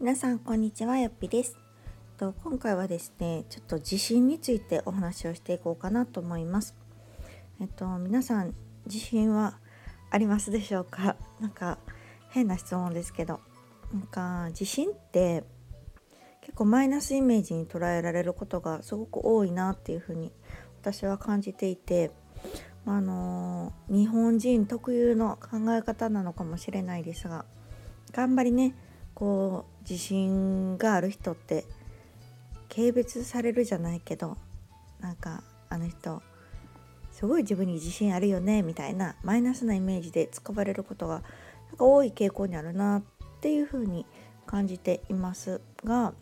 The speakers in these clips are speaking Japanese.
皆さんこんにちは、よっぴです。今回はですね、ちょっと地震についてお話をしていこうかなと思います。皆さん地震はありますでしょうか？なんか変な質問ですけど、地震って結構マイナスイメージに捉えられることがすごく多いなっていうふうに私は感じていて、日本人特有の考え方なのかもしれないですが、頑張りね、自信がある人って軽蔑されるじゃないけど、あの人すごい自分に自信あるよねみたいなマイナスなイメージで使われることが多い傾向にあるなっていうふうに感じていますが、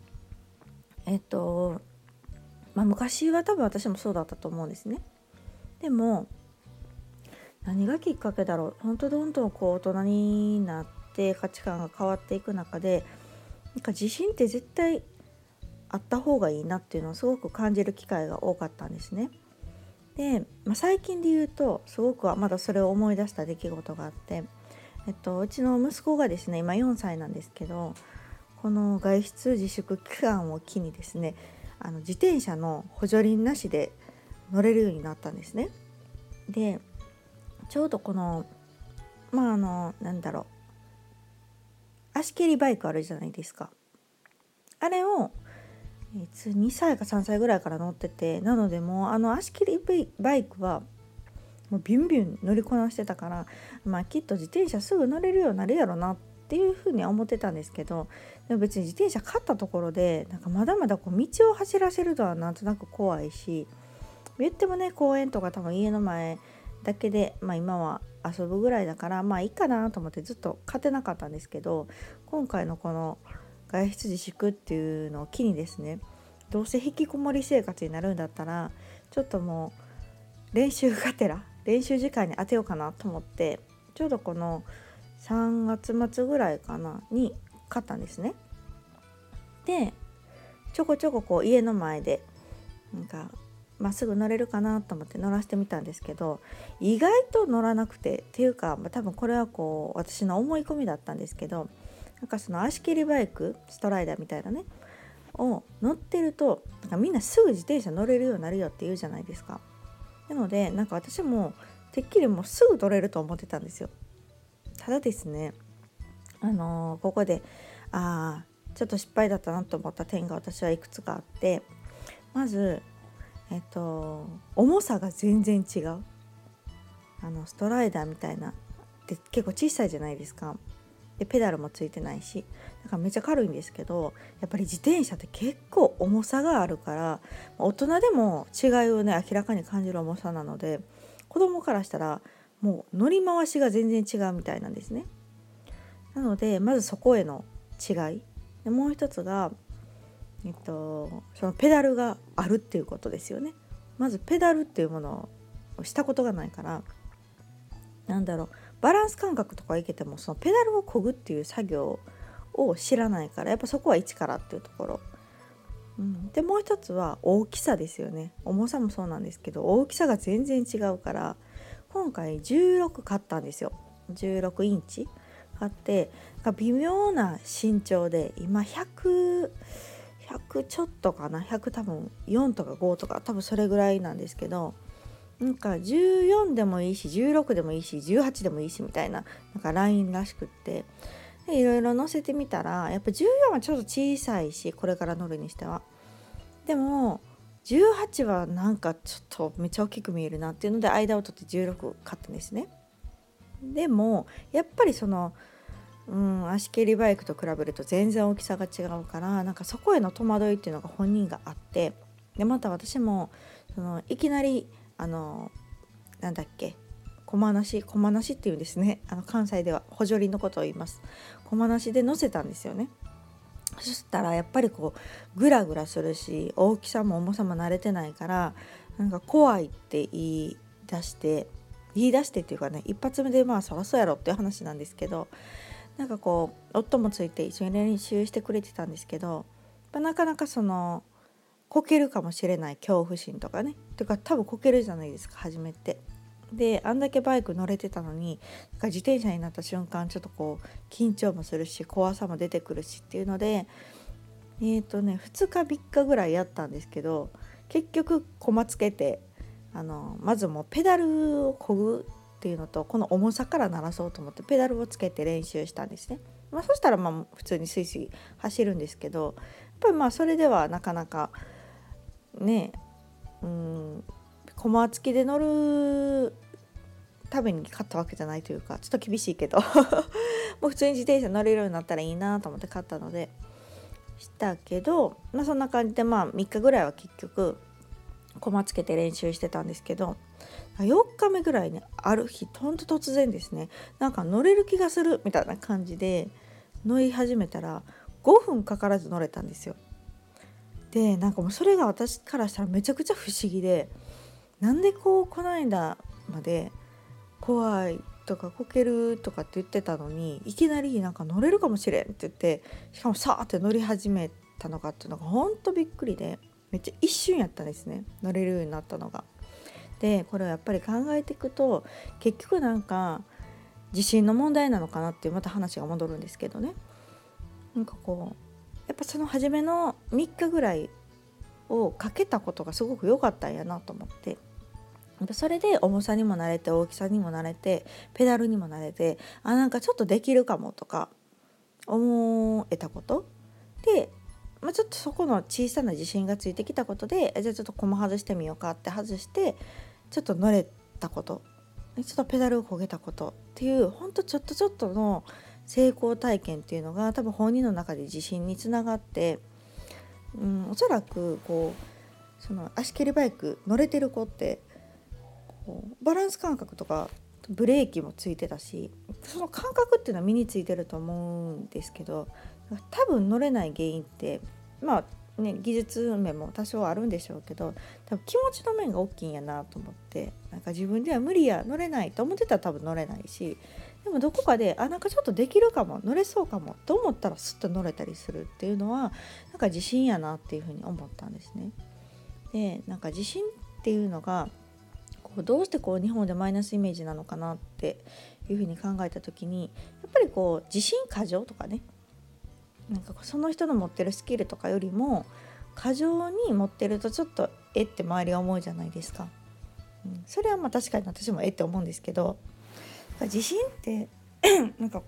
昔は多分私もそうだったと思うんですね。でも何がきっかけだろう、本当どんどん大人になって価値観が変わっていく中で、自信って絶対あった方がいいなっていうのをすごく感じる機会が多かったんですね。で、最近で言うとすごくまだそれを思い出した出来事があって、うちの息子がですね、今4歳なんですけど、この外出自粛期間を機にですね、自転車の補助輪なしで乗れるようになったんですね。で、ちょうどこの足蹴りバイクあるじゃないですか。あれを2歳か3歳ぐらいから乗ってて、なのでもう足切りバイクはもうビュンビュン乗りこなしてたから、きっと自転車すぐ乗れるようになるやろなっていうふうには思ってたんですけど、でも別に自転車買ったところでまだまだ道を走らせるとはなんとなく怖いし、言ってもね、公園とか多分家の前だけで、今は遊ぶぐらいだからいいかなと思ってずっと買ってなかったんですけど、今回のこの外出自粛っていうのを機にですね、どうせ引きこもり生活になるんだったらちょっともう練習時間に当てようかなと思って、ちょうどこの3月末ぐらいかなに買ったんですね。で、ちょこちょこ家の前でまっすぐ乗れるかなと思って乗らせてみたんですけど、意外と乗らなくて、っていうか、多分これは私の思い込みだったんですけど、その足切りバイクストライダーみたいなねを乗ってるとみんなすぐ自転車乗れるようになるよって言うじゃないですか。なので私もてっきりもうすぐ取れると思ってたんですよ。ただですね、ここでちょっと失敗だったなと思った点が私はいくつかあって、まず重さが全然違う。ストライダーみたいなで結構小さいじゃないですか。でペダルもついてないし、めっちゃ軽いんですけど、やっぱり自転車って結構重さがあるから、大人でも違いをね明らかに感じる重さなので、子供からしたらもう乗り回しが全然違うみたいなんですね。なのでまずそこへの違いで、もう一つが、そのペダルがあるっていうことですよね。まずペダルっていうものをしたことがないから、バランス感覚とかいけてもそのペダルを漕ぐっていう作業を知らないから、やっぱそこは一からっていうところ、でもう一つは大きさですよね。重さもそうなんですけど大きさが全然違うから、今回16買ったんですよ。16インチ買って、微妙な身長で今100ちょっとかな、100多分4とか5とか多分それぐらいなんですけど、14でもいいし16でもいいし18でもいいしみたいなラインらしくって、でいろいろ載せてみたら、やっぱ14はちょっと小さいし、これから乗るにしては。でも18はちょっとめっちゃ大きく見えるなっていうので間を取って16買ったんですね。でもやっぱり足蹴りバイクと比べると全然大きさが違うから、そこへの戸惑いっていうのが本人があって、でまた私もいきなりなんだっけ、駒なしっていうんですね。関西では補助輪のことを言います。駒なしで乗せたんですよね。そしたらやっぱりグラグラするし、大きさも重さも慣れてないから、怖いって言い出してっていうかね、一発目でそらそうやろっていう話なんですけど、夫もついて一緒に練習してくれてたんですけど、なかなかこけるかもしれない恐怖心とかね、とか多分こけるじゃないですか初めて。 であんだけバイク乗れてたのになんか自転車になった瞬間ちょっとこう緊張もするし怖さも出てくるしっていうので2日3日ぐらいやったんですけど、結局コマつけてまずもうペダルを漕ぐっていうのとこの重さから鳴らそうと思ってペダルをつけて練習したんですね。そしたら普通にスイスイ走るんですけど、やっぱりそれではなかなかね、コマ付きで乗るために買ったわけじゃないというかちょっと厳しいけどもう普通に自転車乗れるようになったらいいなと思って買ったのでしたけど、そんな感じで3日ぐらいは結局コマつけて練習してたんですけど、4日目ぐらいにある日ほんと突然ですね、なんか乗れる気がするみたいな感じで乗り始めたら5分かからず乗れたんですよ。でなんかもうそれが私からしたらめちゃくちゃ不思議で、なんでこの間まで怖いとかこけるとかって言ってたのにいきなりなんか乗れるかもしれんって言って、しかもさーって乗り始めたのかっていうのがほんとびっくりで、めっちゃ一瞬やったんですね、乗れるようになったのが。でこれをやっぱり考えていくと結局なんか自信の問題なのかなっていうまた話が戻るんですけどね、なんかやっぱその初めの3日ぐらいをかけたことがすごく良かったんやなと思って、それで重さにも慣れて大きさにも慣れてペダルにも慣れてなんかちょっとできるかもとか思えたことで、ちょっとそこの小さな自信がついてきたことでじゃあちょっとコマ外してみようかって外してちょっと乗れたこと、ちょっとペダルをこげたことっていうほんとちょっとの成功体験っていうのが多分本人の中で自信につながって、おそらくその足蹴りバイク乗れてる子ってバランス感覚とかブレーキもついてたし、その感覚っていうのは身についてると思うんですけど、多分乗れない原因って技術面も多少あるんでしょうけど、多分気持ちの面が大きいんやなと思って、なんか自分では無理や乗れないと思ってたら多分乗れないし、でもどこかでなんかちょっとできるかも乗れそうかもと思ったらスッと乗れたりするっていうのはなんか自信やなっていうふうに思ったんですね。でなんか自信っていうのがどうして日本でマイナスイメージなのかなっていうふうに考えた時に、やっぱり自信過剰とかね、なんかその人の持ってるスキルとかよりも過剰に持ってるとちょっとって周りは思うじゃないですか。それは確かに私もって思うんですけど、自信ってなんか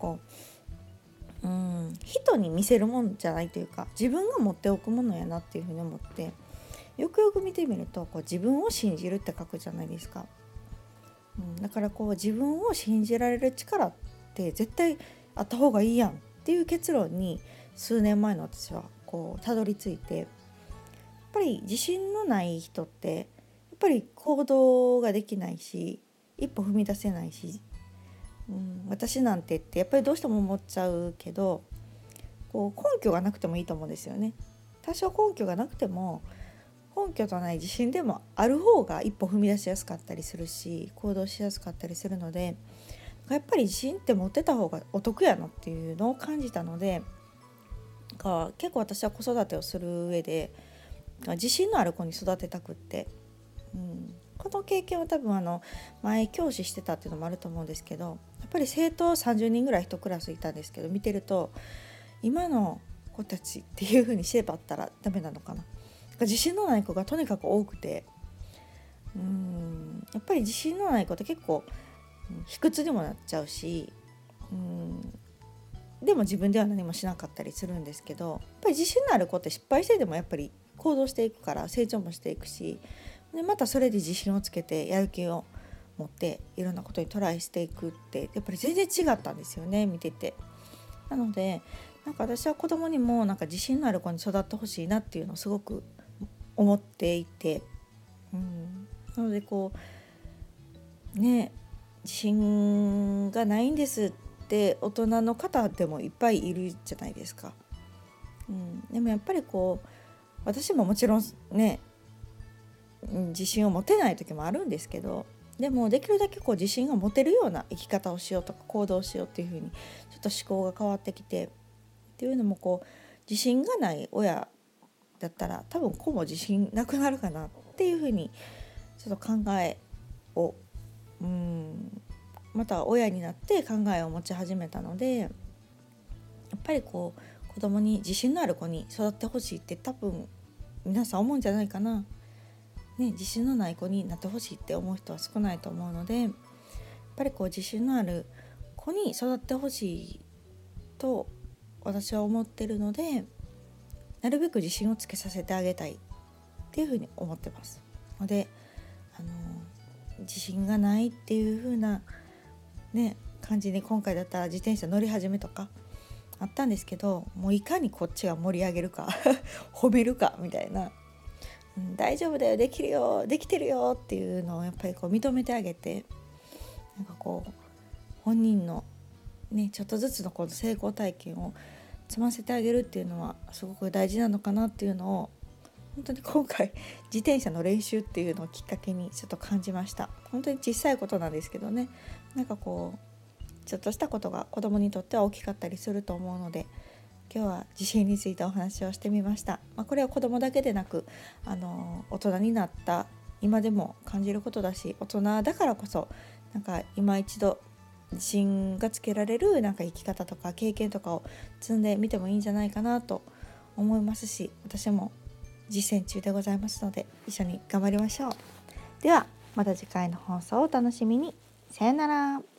人に見せるもんじゃないというか自分が持っておくものやなっていうふうに思って、よくよく見てみると自分を信じるって書くじゃないですか。だから自分を信じられる力って絶対あった方がいいやんっていう結論に数年前の私はたどり着いて、やっぱり自信のない人ってやっぱり行動ができないし一歩踏み出せないし、私なんてってやっぱりどうしても思っちゃうけど、根拠がなくてもいいと思うんですよね。多少根拠がなくても根拠とない自信でもある方が一歩踏み出しやすかったりするし行動しやすかったりするので、やっぱり自信って持ってた方がお得やなっていうのを感じたので、結構私は子育てをする上で自信のある子に育てたくって、この経験は多分前教師してたっていうのもあると思うんですけど、やっぱり生徒30人ぐらい1クラスいたんですけど、見てると今の子たちっていう風に縛ったらダメなのかな、自信のない子がとにかく多くて、やっぱり自信のない子って結構卑屈にもなっちゃうし、でも自分では何もしなかったりするんですけど、やっぱり自信のある子って失敗してでもやっぱり行動していくから成長もしていくし、でまたそれで自信をつけてやる気を持っていろんなことにトライしていくってやっぱり全然違ったんですよね、見てて。なのでなんか私は子供にもなんか自信のある子に育ってほしいなっていうのをすごく思っていて、なので自信がないんですって大人の方でもいっぱいいるじゃないですか。でもやっぱり私ももちろんね自信を持てない時もあるんですけど、でもできるだけ自信が持てるような生き方をしようとか行動しようっていう風にちょっと思考が変わってきて、っていうのも自信がない親だったら多分子も自信なくなるかなっていう風にちょっと考えをまた親になって考えを持ち始めたので、やっぱり子供に自信のある子に育ってほしいって多分皆さん思うんじゃないかな。自信のない子になってほしいって思う人は少ないと思うので、やっぱり自信のある子に育ってほしいと私は思ってるので、なるべく自信をつけさせてあげたいっていうふうに思ってますので、自信がないっていう風な感じに今回だったら自転車乗り始めとかあったんですけど、もういかにこっちが盛り上げるか褒めるかみたいな、大丈夫だよ、できるよ、できてるよっていうのをやっぱり認めてあげて、本人のちょっとずつのこの成功体験を積ませてあげるっていうのはすごく大事なのかなっていうのを、本当に今回自転車の練習っていうのをきっかけにちょっと感じました。本当に小さいことなんですけどね、ちょっとしたことが子供にとっては大きかったりすると思うので、今日は自信についてお話をしてみました。これは子供だけでなく大人になった今でも感じることだし、大人だからこそ今一度自信がつけられる生き方とか経験とかを積んでみてもいいんじゃないかなと思いますし、私も実践中でございますので一緒に頑張りましょう。ではまた次回の放送をお楽しみに。さよなら。